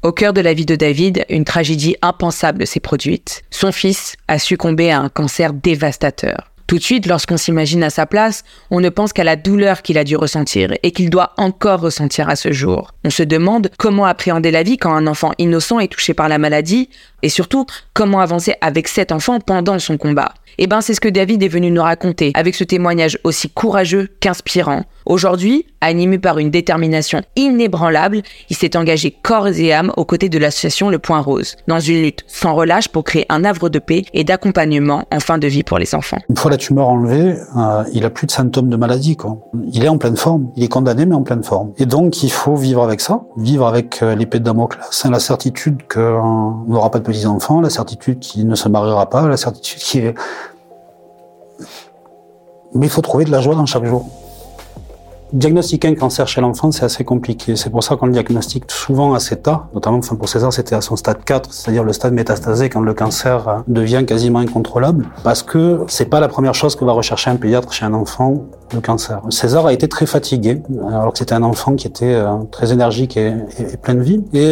Au cœur de la vie de David, une tragédie impensable s'est produite. Son fils a succombé à un cancer dévastateur. Tout de suite, lorsqu'on s'imagine à sa place, on ne pense qu'à la douleur qu'il a dû ressentir et qu'il doit encore ressentir à ce jour. On se demande comment appréhender la vie quand un enfant innocent est touché par la maladie et surtout, comment avancer avec cet enfant pendant son combat. C'est ce que David est venu nous raconter avec ce témoignage aussi courageux qu'inspirant. Aujourd'hui, animé par une détermination inébranlable, il s'est engagé corps et âme aux côtés de l'association Le Point Rose, dans une lutte sans relâche pour créer un havre de paix et d'accompagnement en fin de vie pour les enfants. Une fois la tumeur enlevée, il a plus de symptômes de maladie, quoi. Il est en pleine forme. Il est condamné, mais en pleine forme. Et donc, il faut vivre avec ça, vivre avec l'épée de Damoclès, la certitude qu'on n'aura pas de petits-enfants, la certitude qu'il ne se mariera pas, la certitude qu'il est... Mais il faut trouver de la joie dans chaque jour. Diagnostiquer un cancer chez l'enfant, c'est assez compliqué. C'est pour ça qu'on le diagnostique souvent assez tard. Notamment, pour César, c'était à son stade 4, c'est-à-dire le stade métastasé, quand le cancer devient quasiment incontrôlable. Parce que c'est pas la première chose que va rechercher un pédiatre chez un enfant, le cancer. César a été très fatigué, alors que c'était un enfant qui était très énergique et plein de vie. Et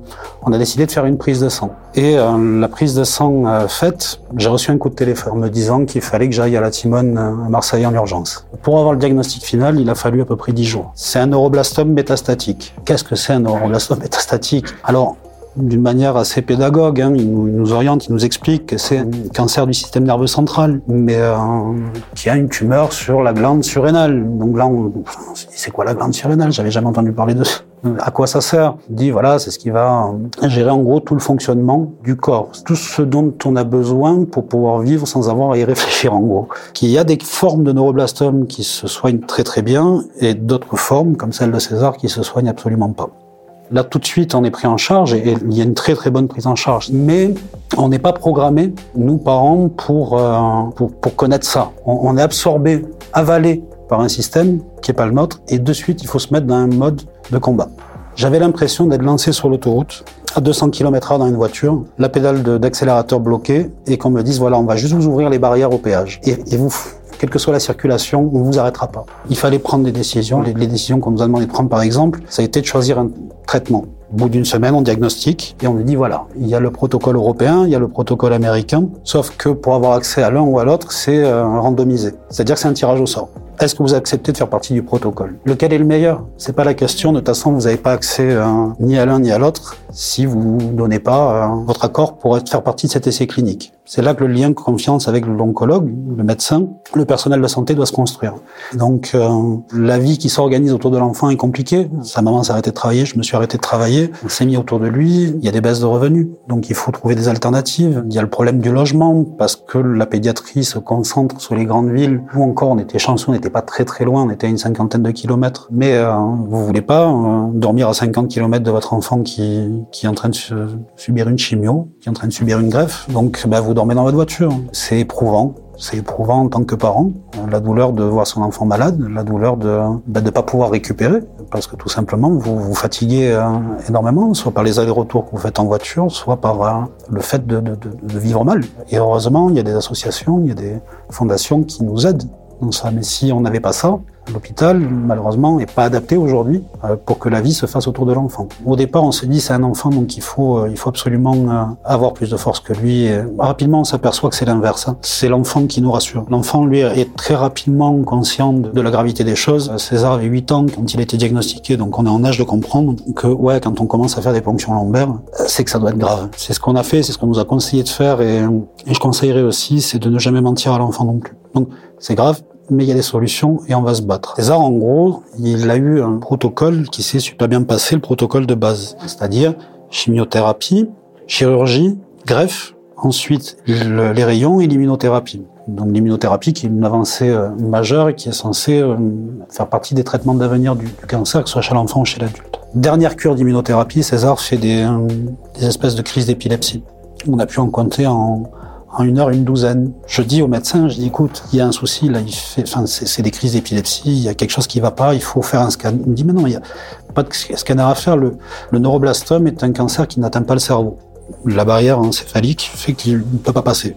on a décidé de faire une prise de sang. Et la prise de sang faite, j'ai reçu un coup de téléphone me disant qu'il fallait que j'aille à la Timone à Marseille en urgence. Pour avoir le diagnostic final, il a fallu à peu près 10 jours. C'est un neuroblastome métastatique. Qu'est-ce que c'est un neuroblastome métastatique? Alors, d'une manière assez pédagogue, il nous oriente, il nous explique que c'est un cancer du système nerveux central, mais qui a une tumeur sur la glande surrénale. Donc là, on se dit, c'est quoi la glande surrénale? J'avais jamais entendu parler de ça. À quoi ça sert? Il dit, voilà, c'est ce qui va gérer en gros tout le fonctionnement du corps. Tout ce dont on a besoin pour pouvoir vivre sans avoir à y réfléchir en gros. Qu'il y a des formes de neuroblastome qui se soignent très très bien et d'autres formes, comme celle de César, qui se soignent absolument pas. Là, tout de suite, on est pris en charge et il y a une très très bonne prise en charge. Mais on n'est pas programmés, nous parents, pour connaître ça. On est absorbé, avalé par un système qui est pas le nôtre et de suite, il faut se mettre dans un mode de combat. J'avais l'impression d'être lancé sur l'autoroute à 200 km/h dans une voiture, la pédale d'accélérateur bloquée et qu'on me dise voilà, on va juste vous ouvrir les barrières au péage. Et vous, quelle que soit la circulation, on vous arrêtera pas. Il fallait prendre des décisions. Les décisions qu'on nous a demandé de prendre, par exemple, ça a été de choisir un traitement. Au bout d'une semaine, on diagnostique et on nous dit voilà, il y a le protocole européen, il y a le protocole américain, sauf que pour avoir accès à l'un ou à l'autre, c'est randomisé. C'est-à-dire que c'est un tirage au sort. Est-ce que vous acceptez de faire partie du protocole? Lequel est le meilleur? C'est pas la question. De toute façon, vous n'avez pas accès ni à l'un ni à l'autre si vous donnez pas votre accord pour faire partie de cet essai clinique. C'est là que le lien de confiance avec l'oncologue, le médecin, le personnel de santé doit se construire. Donc, la vie qui s'organise autour de l'enfant est compliquée. Sa maman s'est arrêtée de travailler, je me suis arrêté de travailler. On s'est mis autour de lui. Il y a des baisses de revenus. Donc, il faut trouver des alternatives. Il y a le problème du logement parce que la pédiatrie se concentre sur les grandes villes où encore on était chanceux, on n'était pas très très loin, on était à une 50aine de kilomètres. Mais vous voulez pas dormir à 50 kilomètres de votre enfant qui est en train de subir une chimio, qui est en train de subir une greffe. Donc, vous dormez dans votre voiture. C'est éprouvant. C'est éprouvant en tant que parent, la douleur de voir son enfant malade, la douleur de pas pouvoir récupérer, parce que tout simplement vous vous fatiguez énormément, soit par les allers-retours que vous faites en voiture, soit par le fait de vivre mal. Et heureusement, il y a des associations, il y a des fondations qui nous aident dans ça. Mais si on n'avait pas ça, l'hôpital, malheureusement, n'est pas adapté aujourd'hui pour que la vie se fasse autour de l'enfant. Au départ, on se dit c'est un enfant, donc il faut absolument avoir plus de force que lui. Et rapidement, on s'aperçoit que c'est l'inverse. C'est l'enfant qui nous rassure. L'enfant, lui, est très rapidement conscient de la gravité des choses. César avait 8 ans quand il a été diagnostiqué, donc on est en âge de comprendre que, quand on commence à faire des ponctions lombaires, c'est que ça doit être grave. C'est ce qu'on a fait, c'est ce qu'on nous a conseillé de faire, et je conseillerais aussi, c'est de ne jamais mentir à l'enfant non plus. Donc, c'est grave, mais il y a des solutions et on va se battre. César, en gros, il a eu un protocole qui s'est super bien passé, le protocole de base. C'est-à-dire chimiothérapie, chirurgie, greffe, ensuite les rayons et l'immunothérapie. Donc l'immunothérapie qui est une avancée majeure et qui est censée faire partie des traitements d'avenir du cancer, que ce soit chez l'enfant ou chez l'adulte. Dernière cure d'immunothérapie, César fait des espèces de crises d'épilepsie. On a pu en compter en 1 heure, une douzaine. Je dis au médecin, écoute, il y a un souci, là, c'est des crises d'épilepsie, il y a quelque chose qui va pas, il faut faire un scan. Il me dit, mais non, il y a pas de scanner à faire, le neuroblastome est un cancer qui n'atteint pas le cerveau. La barrière encéphalique fait qu'il ne peut pas passer.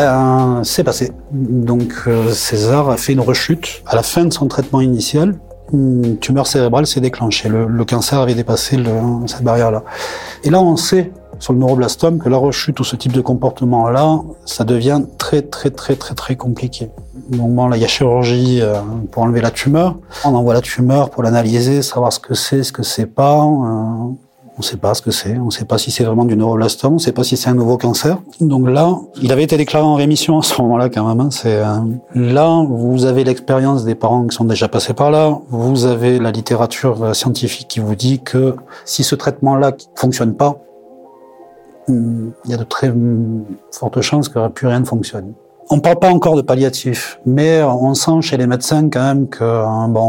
C'est passé. Donc, César a fait une rechute à la fin de son traitement initial. une tumeur cérébrale s'est déclenchée. Le cancer avait dépassé cette barrière-là. Et là, on sait sur le neuroblastome que la rechute ou ce type de comportement-là, ça devient très compliqué. Donc bon, là, il y a chirurgie pour enlever la tumeur. On envoie la tumeur pour l'analyser, savoir ce que c'est pas. On ne sait pas ce que c'est. On ne sait pas si c'est vraiment du neuroblastome. On ne sait pas si c'est un nouveau cancer. Donc là, il avait été déclaré en rémission à ce moment-là quand même. Là, vous avez l'expérience des parents qui sont déjà passés par là. Vous avez la littérature scientifique qui vous dit que si ce traitement-là ne fonctionne pas, il y a de très fortes chances que plus rien ne fonctionne. On ne parle pas encore de palliatif, mais on sent chez les médecins quand même que,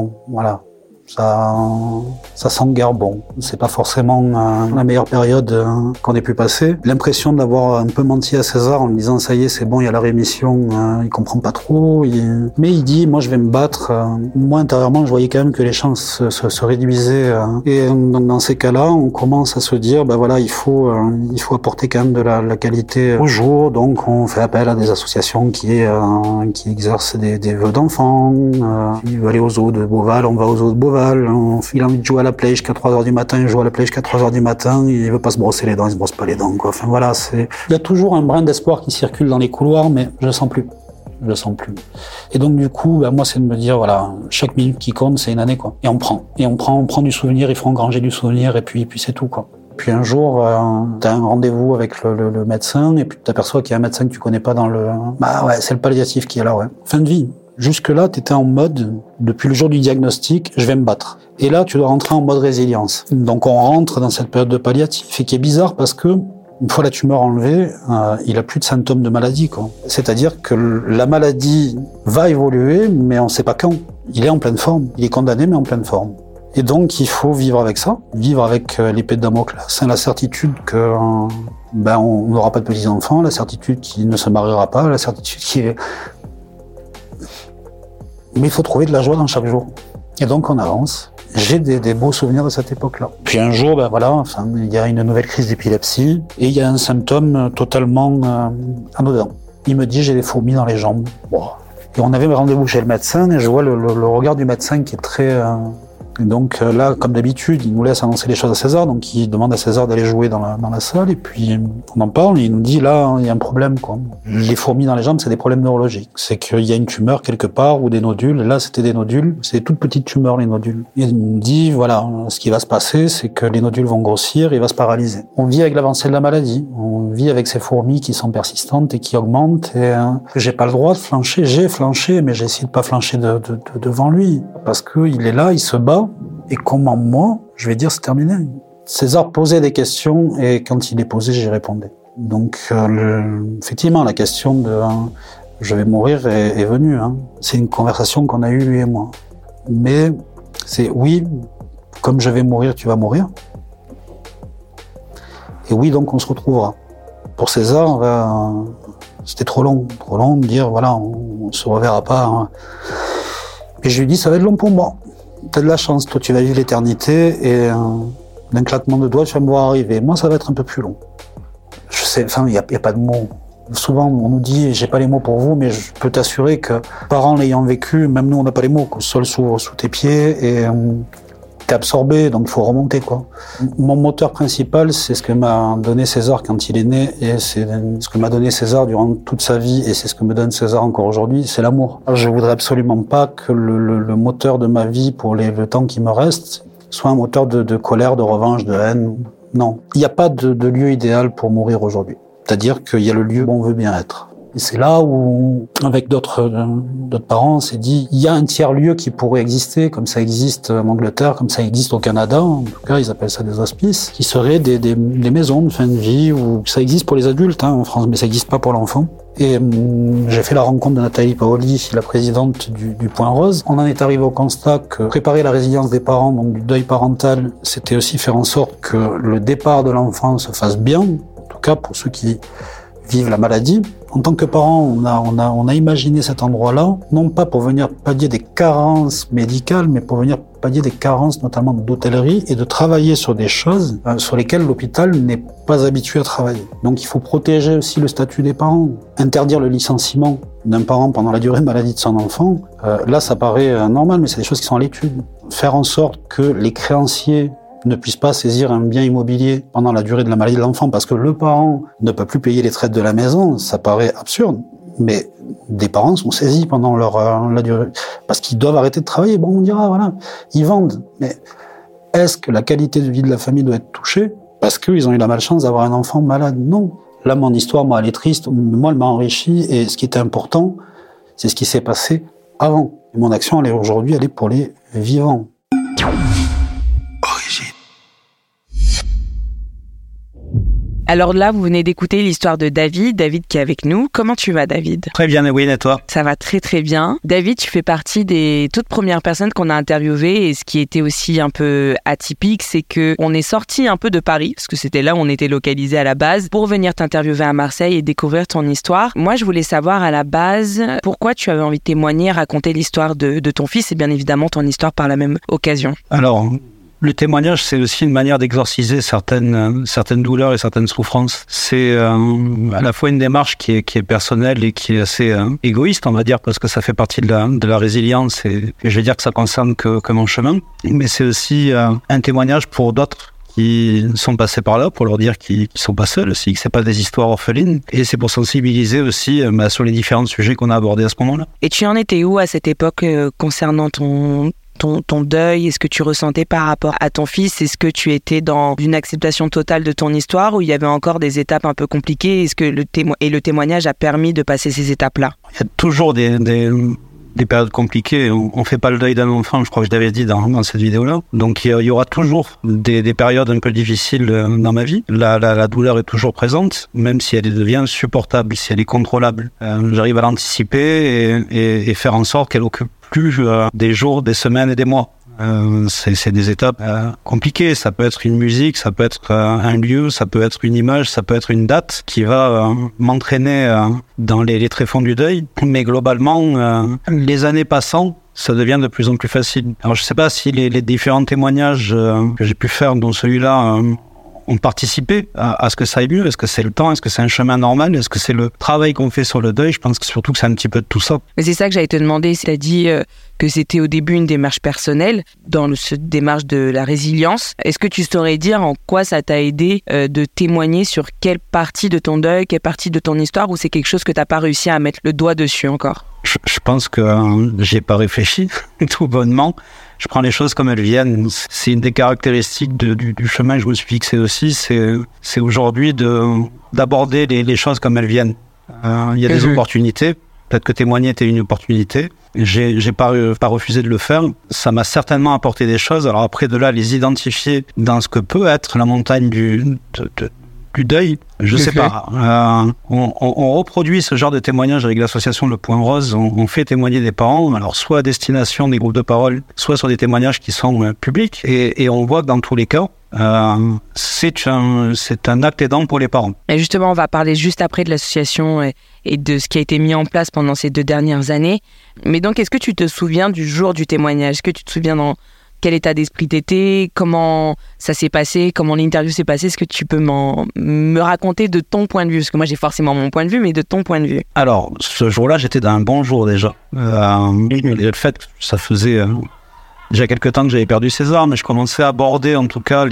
ça sent guère bon. C'est pas forcément la meilleure période qu'on ait pu passer. L'impression d'avoir un peu menti à César en lui disant ça y est, c'est bon, il y a la rémission, il comprend pas trop. Mais il dit, moi je vais me battre. Moi intérieurement, je voyais quand même que les chances se réduisaient. Et donc dans ces cas-là, on commence à se dire, il faut apporter quand même de la qualité au jour. Donc on fait appel à des associations qui exercent des vœux d'enfants. Il veut aller aux eaux de Beauval, on va aux eaux de Beauval. Il a envie de jouer à la play jusqu'à 3h du matin, il joue à la play jusqu'à 3h du matin, il veut pas se brosser les dents, il se brosse pas les dents, quoi. Enfin voilà, il y a toujours un brin d'espoir qui circule dans les couloirs, mais je le sens plus. Et donc du coup, moi c'est de me dire, chaque minute qui compte, c'est une année, quoi. Et on prend du souvenir, il faut engranger du souvenir, et puis c'est tout, quoi. Puis un jour, t'as un rendez-vous avec le médecin, et puis tu t'aperçois qu'il y a un médecin que tu connais pas c'est le palliatif qui est là, ouais. Fin de vie. Jusque-là, tu étais en mode, depuis le jour du diagnostic, je vais me battre. Et là, tu dois rentrer en mode résilience. Donc on rentre dans cette période de palliatif, et qui est bizarre parce que, une fois la tumeur enlevée, il a plus de symptômes de maladie, quoi. C'est-à-dire que la maladie va évoluer, mais on sait pas quand. Il est en pleine forme. Il est condamné, mais en pleine forme. Et donc, il faut vivre avec ça, vivre avec l'épée de Damoclès, la certitude que on n'aura pas de petits-enfants, la certitude qu'il ne se mariera pas, la certitude qu'il est... Mais il faut trouver de la joie dans chaque jour. Et donc on avance. J'ai des beaux souvenirs de cette époque-là. Puis un jour, il y a une nouvelle crise d'épilepsie et il y a un symptôme totalement anodin. Il me dit j'ai des fourmis dans les jambes. Wow. Et on avait rendez-vous chez le médecin et je vois le regard du médecin qui est très... Et donc là, comme d'habitude, il nous laisse annoncer les choses à César, donc il demande à César d'aller jouer dans la salle, et puis on en parle, et il nous dit là, il y a un problème, quoi. Les fourmis dans les jambes, c'est des problèmes neurologiques. C'est qu'il y a une tumeur quelque part, ou des nodules, et là c'était des nodules, c'est des toutes petites tumeurs, les nodules. Et il nous dit, ce qui va se passer, c'est que les nodules vont grossir, et il va se paralyser. On vit avec l'avancée de la maladie, on vit avec ces fourmis qui sont persistantes et qui augmentent, et j'ai pas le droit de flancher, j'ai flanché, mais j'ai essayé de pas flancher devant lui, parce que il est là, il se bat. Et comment moi, je vais dire c'est terminé. César posait des questions et quand il les posait, j'y répondais. Donc effectivement, la question de je vais mourir est venue. C'est une conversation qu'on a eue lui et moi. Mais c'est oui, comme je vais mourir, tu vas mourir. Et oui, donc on se retrouvera. Pour César, c'était trop long de dire on se reverra pas. Et je lui dis ça va être long pour moi. T'as de la chance, toi tu vas vivre l'éternité et d'un claquement de doigts tu vas me voir arriver. Moi ça va être un peu plus long. Je sais, il y a pas de mots. Souvent on nous dit j'ai pas les mots pour vous, mais je peux t'assurer que parents l'ayant vécu, même nous on n'a pas les mots. Le sol s'ouvre sous tes pieds et t'es absorbé, donc il faut remonter, quoi. Mon moteur principal, c'est ce que m'a donné César quand il est né, et c'est ce que m'a donné César durant toute sa vie, et c'est ce que me donne César encore aujourd'hui, c'est l'amour. Je voudrais absolument pas que le moteur de ma vie pour le temps qui me reste soit un moteur de colère, de revanche, de haine. Non. Il n'y a pas de lieu idéal pour mourir aujourd'hui. C'est-à-dire qu'il y a le lieu où on veut bien être. Et c'est là où, avec d'autres parents, on s'est dit, il y a un tiers-lieu qui pourrait exister, comme ça existe en Angleterre, comme ça existe au Canada, en tout cas, ils appellent ça des hospices, qui seraient des maisons de fin de vie, où ça existe pour les adultes, en France, mais ça n'existe pas pour l'enfant. Et j'ai fait la rencontre de Nathalie Paoli, la présidente du Point Rose. On en est arrivé au constat que préparer la résilience des parents, donc du deuil parental, c'était aussi faire en sorte que le départ de l'enfant se fasse bien, en tout cas pour ceux qui vivent la maladie. En tant que parents, on a imaginé cet endroit-là, non pas pour venir pallier des carences médicales, mais pour venir pallier des carences notamment d'hôtellerie et de travailler sur des choses sur lesquelles l'hôpital n'est pas habitué à travailler. Donc il faut protéger aussi le statut des parents. Interdire le licenciement d'un parent pendant la durée de maladie de son enfant, là ça paraît normal, mais c'est des choses qui sont à l'étude. faire en sorte que les créanciers ne puissent pas saisir un bien immobilier pendant la durée de la maladie de l'enfant parce que le parent ne peut plus payer les traites de la maison, ça paraît absurde. Mais des parents sont saisis pendant la durée parce qu'ils doivent arrêter de travailler. Bon, on dira, voilà, ils vendent. Mais est-ce que la qualité de vie de la famille doit être touchée parce qu'ils ont eu la malchance d'avoir un enfant malade? Non. Là, mon histoire, moi, elle est triste. Moi, elle m'a enrichi. Et ce qui était important, c'est ce qui s'est passé avant. Et mon action, elle est aujourd'hui, elle est pour les vivants. Alors là, vous venez d'écouter l'histoire de David qui est avec nous. Comment tu vas, David? Très bien, Nawine, et toi? Ça va très très bien. David, tu fais partie des toutes premières personnes qu'on a interviewées et ce qui était aussi un peu atypique, c'est que on est sorti un peu de Paris, parce que c'était là où on était localisé à la base, pour venir t'interviewer à Marseille et découvrir ton histoire. Moi, je voulais savoir à la base pourquoi tu avais envie de témoigner, raconter l'histoire de ton fils et bien évidemment ton histoire par la même occasion. Alors, le témoignage, c'est aussi une manière d'exorciser certaines douleurs et certaines souffrances. C'est à la fois une démarche qui est personnelle et qui est assez égoïste, on va dire, parce que ça fait partie de la résilience et je vais dire que ça concerne que mon chemin. Mais c'est aussi un témoignage pour d'autres qui sont passés par là, pour leur dire qu'ils sont pas seuls aussi, que c'est pas des histoires orphelines. Et c'est pour sensibiliser aussi sur les différents sujets qu'on a abordés à ce moment-là. Et tu en étais où à cette époque concernant ton deuil? Est-ce que tu ressentais par rapport à ton fils? Est-ce que tu étais dans une acceptation totale de ton histoire ou il y avait encore des étapes un peu compliquées? Est-ce que le témoignage a permis de passer ces étapes-là? Il y a toujours des périodes compliquées. On fait pas le deuil d'un enfant, je crois que je l'avais dit dans cette vidéo-là. Donc il y aura toujours des périodes un peu difficiles dans ma vie. La douleur est toujours présente, même si elle devient supportable, si elle est contrôlable. J'arrive à l'anticiper et faire en sorte qu'elle occupe plus des jours, des semaines et des mois. C'est des étapes compliquées. Ça peut être une musique, ça peut être un lieu, ça peut être une image, ça peut être une date qui va m'entraîner dans les tréfonds du deuil. Mais globalement, les années passant, ça devient de plus en plus facile. Alors je sais pas si les différents témoignages que j'ai pu faire, dont celui-là, ont participé à ce que ça aille mieux. Est-ce que c'est le temps? Est-ce que c'est un chemin normal? Est-ce que c'est le travail qu'on fait sur le deuil? Je pense que surtout que c'est un petit peu de tout ça. Mais c'est ça que j'allais te demander. Tu as dit que c'était au début une démarche personnelle, dans cette démarche de la résilience. Est-ce que tu saurais dire en quoi ça t'a aidé de témoigner sur quelle partie de ton deuil, quelle partie de ton histoire, ou c'est quelque chose que tu n'as pas réussi à mettre le doigt dessus encore? Je pense que j'ai pas réfléchi tout bonnement. Je prends les choses comme elles viennent. C'est une des caractéristiques du chemin que je me suis fixé aussi. C'est aujourd'hui d'aborder les choses comme elles viennent. Il y a des opportunités. Peut-être que témoigner était une opportunité. J'ai pas refusé de le faire. Ça m'a certainement apporté des choses. Alors après, de là, les identifier dans ce que peut être la montagne du deuil, je sais pas. On reproduit ce genre de témoignage avec l'association Le Point Rose. On fait témoigner des parents, alors soit à destination des groupes de parole, soit sur des témoignages qui sont publics. Et on voit que dans tous les cas, c'est un acte aidant pour les parents. Et justement, on va parler juste après de l'association et de ce qui a été mis en place pendant ces 2 dernières années. Mais donc, est-ce que tu te souviens du jour du témoignage? Est-ce que tu te souviens dans quel état d'esprit t'étais? Comment ça s'est passé? Comment l'interview s'est passée? Est-ce que tu peux me raconter de ton point de vue? Parce que moi, j'ai forcément mon point de vue, mais de ton point de vue. Alors, ce jour-là, j'étais dans un bon jour déjà. Le fait que ça faisait déjà quelques temps que j'avais perdu César, mais je commençais à aborder en tout cas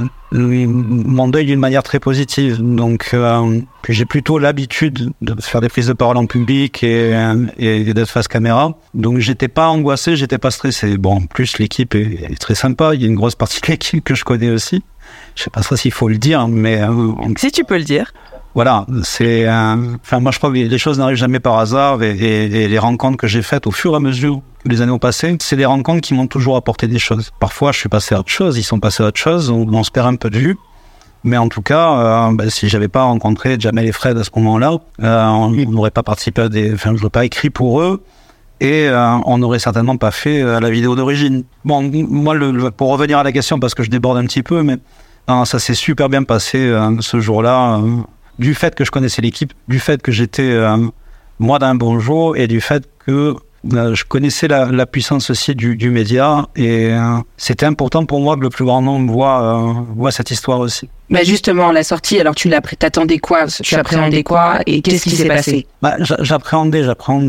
mon deuil d'une manière très positive. Donc, j'ai plutôt l'habitude de faire des prises de parole en public et d'être face caméra. Donc, j'étais pas angoissé, j'étais pas stressé. Bon, en plus, l'équipe est très sympa. Il y a une grosse partie de l'équipe que je connais aussi. Je sais pas s'il faut le dire, mais... Si tu peux le dire. Voilà, moi je crois que les choses n'arrivent jamais par hasard et les rencontres que j'ai faites au fur et à mesure que les années ont passé, c'est des rencontres qui m'ont toujours apporté des choses. Parfois je suis passé à autre chose, ils sont passés à autre chose, on se perd un peu de vue. Mais en tout cas, si j'avais pas rencontré Jamel et Fred à ce moment-là, on n'aurait pas participé je n'aurais pas écrit pour eux et on n'aurait certainement pas fait la vidéo d'origine. Bon, moi, pour revenir à la question, parce que je déborde un petit peu, mais ça s'est super bien passé ce jour-là. Du fait que je connaissais l'équipe, du fait que j'étais moi d'un bon jour et du fait que Je connaissais la puissance aussi du média et c'était important pour moi que le plus grand nombre voit cette histoire aussi. Bah justement, la sortie, alors t'attendais quoi? Tu appréhendais quoi et qu'est-ce qui s'est passé? J'appréhendais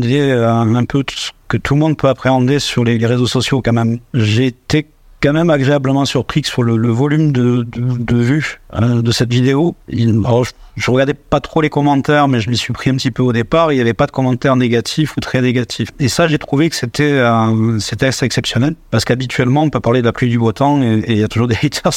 un peu ce que tout le monde peut appréhender sur les réseaux sociaux quand même. J'ai été quand même agréablement surpris que sur le volume de vues de cette vidéo. Alors, je regardais pas trop les commentaires, mais je m'y suis pris un petit peu au départ. Il n'y avait pas de commentaires négatifs ou très négatifs. Et ça, j'ai trouvé que c'était assez exceptionnel, parce qu'habituellement, on peut parler de la pluie du beau temps et il y a toujours des haters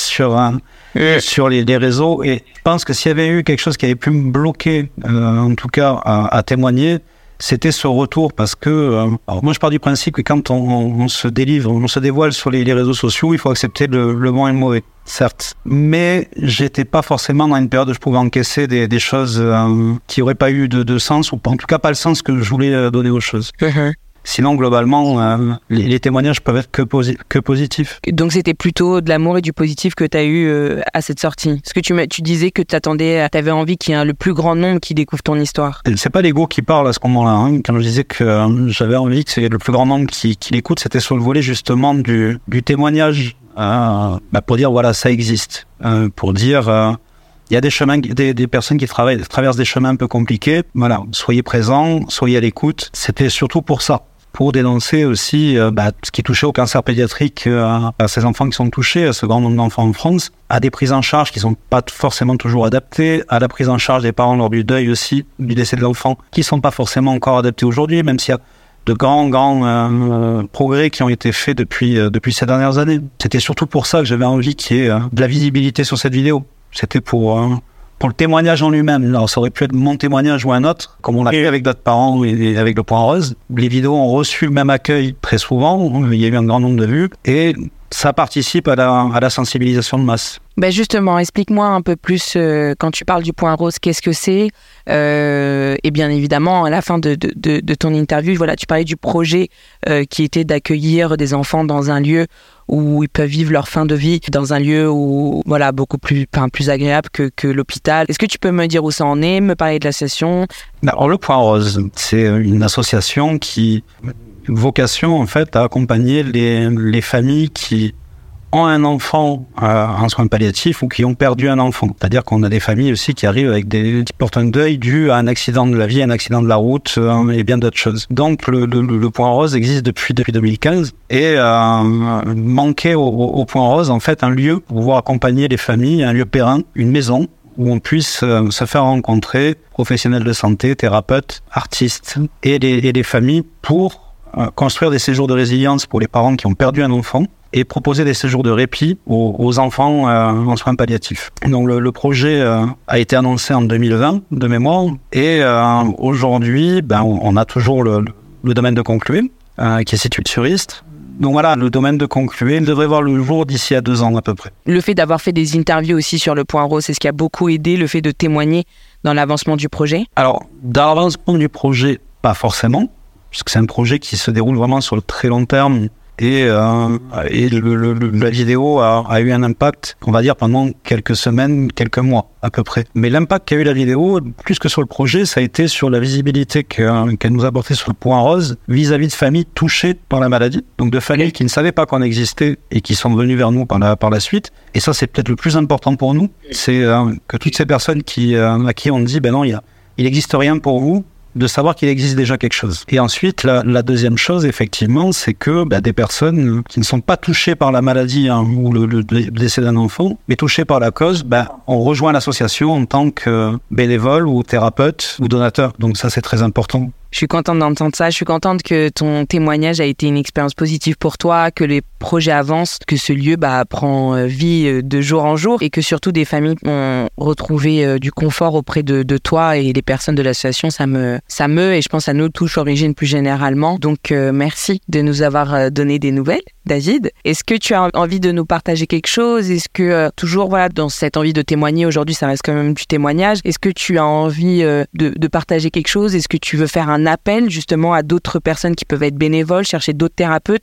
sur les réseaux. Et je pense que s'il y avait eu quelque chose qui avait pu me bloquer, en tout cas à témoigner, c'était ce retour, parce que alors moi je pars du principe que quand on se délivre, on se dévoile sur les réseaux sociaux, il faut accepter le bon et le mauvais, certes, mais j'étais pas forcément dans une période où je pouvais encaisser des choses qui auraient pas eu de sens, ou en tout cas pas le sens que je voulais donner aux choses. Sinon, globalement, les témoignages peuvent être que positifs. Donc, c'était plutôt de l'amour et du positif que tu as eu à cette sortie. Parce que tu disais que tu avais envie qu'il y ait le plus grand nombre qui découvre ton histoire. C'est pas l'ego qui parle à ce moment-là. Hein. Quand je disais que j'avais envie que le plus grand nombre qui l'écoute, c'était sur le volet justement du témoignage. Pour dire, voilà, ça existe. Pour dire... il y a des chemins, des personnes qui traversent des chemins un peu compliqués. Voilà, soyez présents, soyez à l'écoute. C'était surtout pour ça, pour dénoncer aussi ce qui touchait au cancer pédiatrique, à ces enfants qui sont touchés, à ce grand nombre d'enfants en France, à des prises en charge qui sont pas forcément toujours adaptées, à la prise en charge des parents lors du deuil aussi, du décès de l'enfant, qui sont pas forcément encore adaptés aujourd'hui, même s'il y a de grands progrès qui ont été faits depuis ces dernières années. C'était surtout pour ça que j'avais envie qu'il y ait de la visibilité sur cette vidéo. C'était pour le témoignage en lui-même. Alors, ça aurait pu être mon témoignage ou un autre, comme on l'a fait avec d'autres parents et avec le Point Rose. Les vidéos ont reçu le même accueil très souvent. Il y a eu un grand nombre de vues et ça participe à la sensibilisation de masse. Justement, explique-moi un peu plus, quand tu parles du Point Rose, qu'est-ce que c'est? Et bien évidemment, à la fin de ton interview, voilà, tu parlais du projet qui était d'accueillir des enfants dans un lieu où ils peuvent vivre leur fin de vie, dans un lieu où, voilà, beaucoup plus agréable que l'hôpital. Est-ce que tu peux me dire où ça en est, me parler de l'association? Alors, le Point Rose, c'est une association qui vocation en fait à accompagner les familles qui ont un enfant en soins palliatifs ou qui ont perdu un enfant. C'est-à-dire qu'on a des familles aussi qui arrivent avec qui portent un deuil dû à un accident de la vie, un accident de la route et bien d'autres choses. Donc le Point Rose existe depuis 2015 et manquait au Point Rose en fait un lieu pour pouvoir accompagner les familles, un lieu périn, une maison où on puisse se faire rencontrer professionnels de santé, thérapeutes, artistes et les familles pour construire des séjours de résilience pour les parents qui ont perdu un enfant et proposer des séjours de répit aux enfants en soins palliatifs. Donc le projet a été annoncé en 2020 de mémoire et aujourd'hui on a toujours le domaine de Conclué qui est situé sur Istres. Donc voilà, le domaine de Conclué, il devrait voir le jour d'ici à 2 ans à peu près. Le fait d'avoir fait des interviews aussi sur le Point Rose, c'est ce qui a beaucoup aidé, le fait de témoigner dans l'avancement du projet? Alors, dans l'avancement du projet, pas forcément, puisque c'est un projet qui se déroule vraiment sur le très long terme et la vidéo a eu un impact, on va dire, pendant quelques semaines, quelques mois à peu près. Mais l'impact qu'a eu la vidéo, plus que sur le projet, ça a été sur la visibilité qu'elle nous a apportée sur le Point Rose vis-à-vis de familles touchées par la maladie, donc de familles qui ne savaient pas qu'on existait et qui sont venues vers nous par la suite. Et ça, c'est peut-être le plus important pour nous, c'est que toutes ces personnes à qui on dit, non, il n'existe rien pour vous, de savoir qu'il existe déjà quelque chose. Et ensuite, la deuxième chose, effectivement, c'est que des personnes qui ne sont pas touchées par la maladie ou le décès d'un enfant, mais touchées par la cause, on rejoint l'association en tant que bénévole ou thérapeute ou donateur. Donc ça, c'est très important. Je suis contente d'entendre ça. Je suis contente que ton témoignage a été une expérience positive pour toi, que les projets avancent, que ce lieu prend vie de jour en jour et que surtout des familles ont retrouvé du confort auprès de toi et les personnes de l'association. Ça me et je pense à nos touches origines plus généralement. Donc merci de nous avoir donné des nouvelles, David. Est-ce que tu as envie de nous partager quelque chose? Est-ce que toujours dans cette envie de témoigner aujourd'hui, ça reste quand même du témoignage. Est-ce que tu as envie de partager quelque chose? Est-ce que tu veux faire un appel justement à d'autres personnes qui peuvent être bénévoles, chercher d'autres thérapeutes?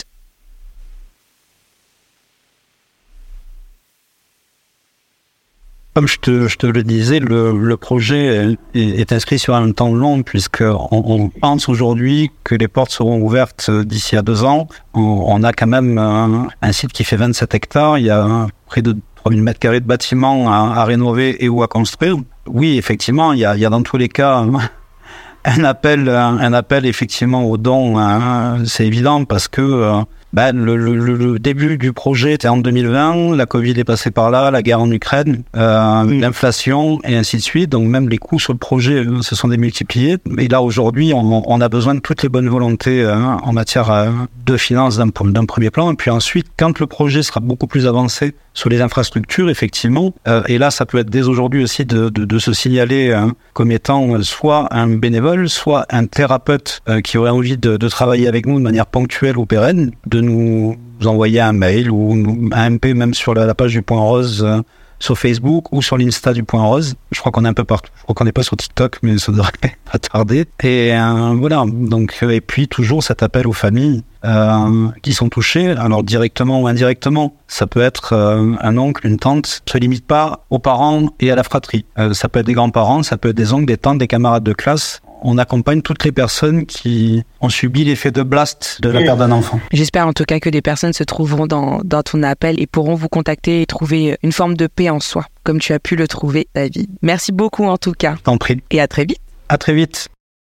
Comme je te le disais, le projet est inscrit sur un temps long, puisqu'on pense aujourd'hui que les portes seront ouvertes d'ici à 2 ans. On a quand même un site qui fait 27 hectares, il y a près de 3000 mètres carrés de bâtiments à rénover et ou à construire. Oui, effectivement, il y a dans tous les cas un appel effectivement aux dons, c'est évident, parce que le début du projet était en 2020, la Covid est passée par là, la guerre en Ukraine, l'inflation et ainsi de suite. Donc même les coûts sur le projet se sont démultipliés. Et là aujourd'hui, on a besoin de toutes les bonnes volontés en matière de finances d'un premier plan. Et puis ensuite, quand le projet sera beaucoup plus avancé sur les infrastructures, effectivement, et là ça peut être dès aujourd'hui aussi de se signaler comme étant soit un bénévole, soit un thérapeute qui aurait envie de travailler avec nous de manière ponctuelle ou pérenne, de nous envoyer un mail ou un MP même sur la page du Point Rose sur Facebook ou sur l'Insta du Point Rose. Je crois qu'on est un peu partout. Je crois qu'on n'est pas sur TikTok, mais ça devrait pas tarder. Et voilà. Donc, et puis toujours cet appel aux familles qui sont touchées, alors directement ou indirectement. Ça peut être un oncle, une tante. Ça ne se limite pas aux parents et à la fratrie. Ça peut être des grands-parents, ça peut être des oncles, des tantes, des camarades de classe. On accompagne toutes les personnes qui ont subi l'effet de blast de la perte d'un enfant. J'espère en tout cas que des personnes se trouveront dans ton appel et pourront vous contacter et trouver une forme de paix en soi, comme tu as pu le trouver, David. Merci beaucoup en tout cas. T'en prie. Et à très vite. À très vite.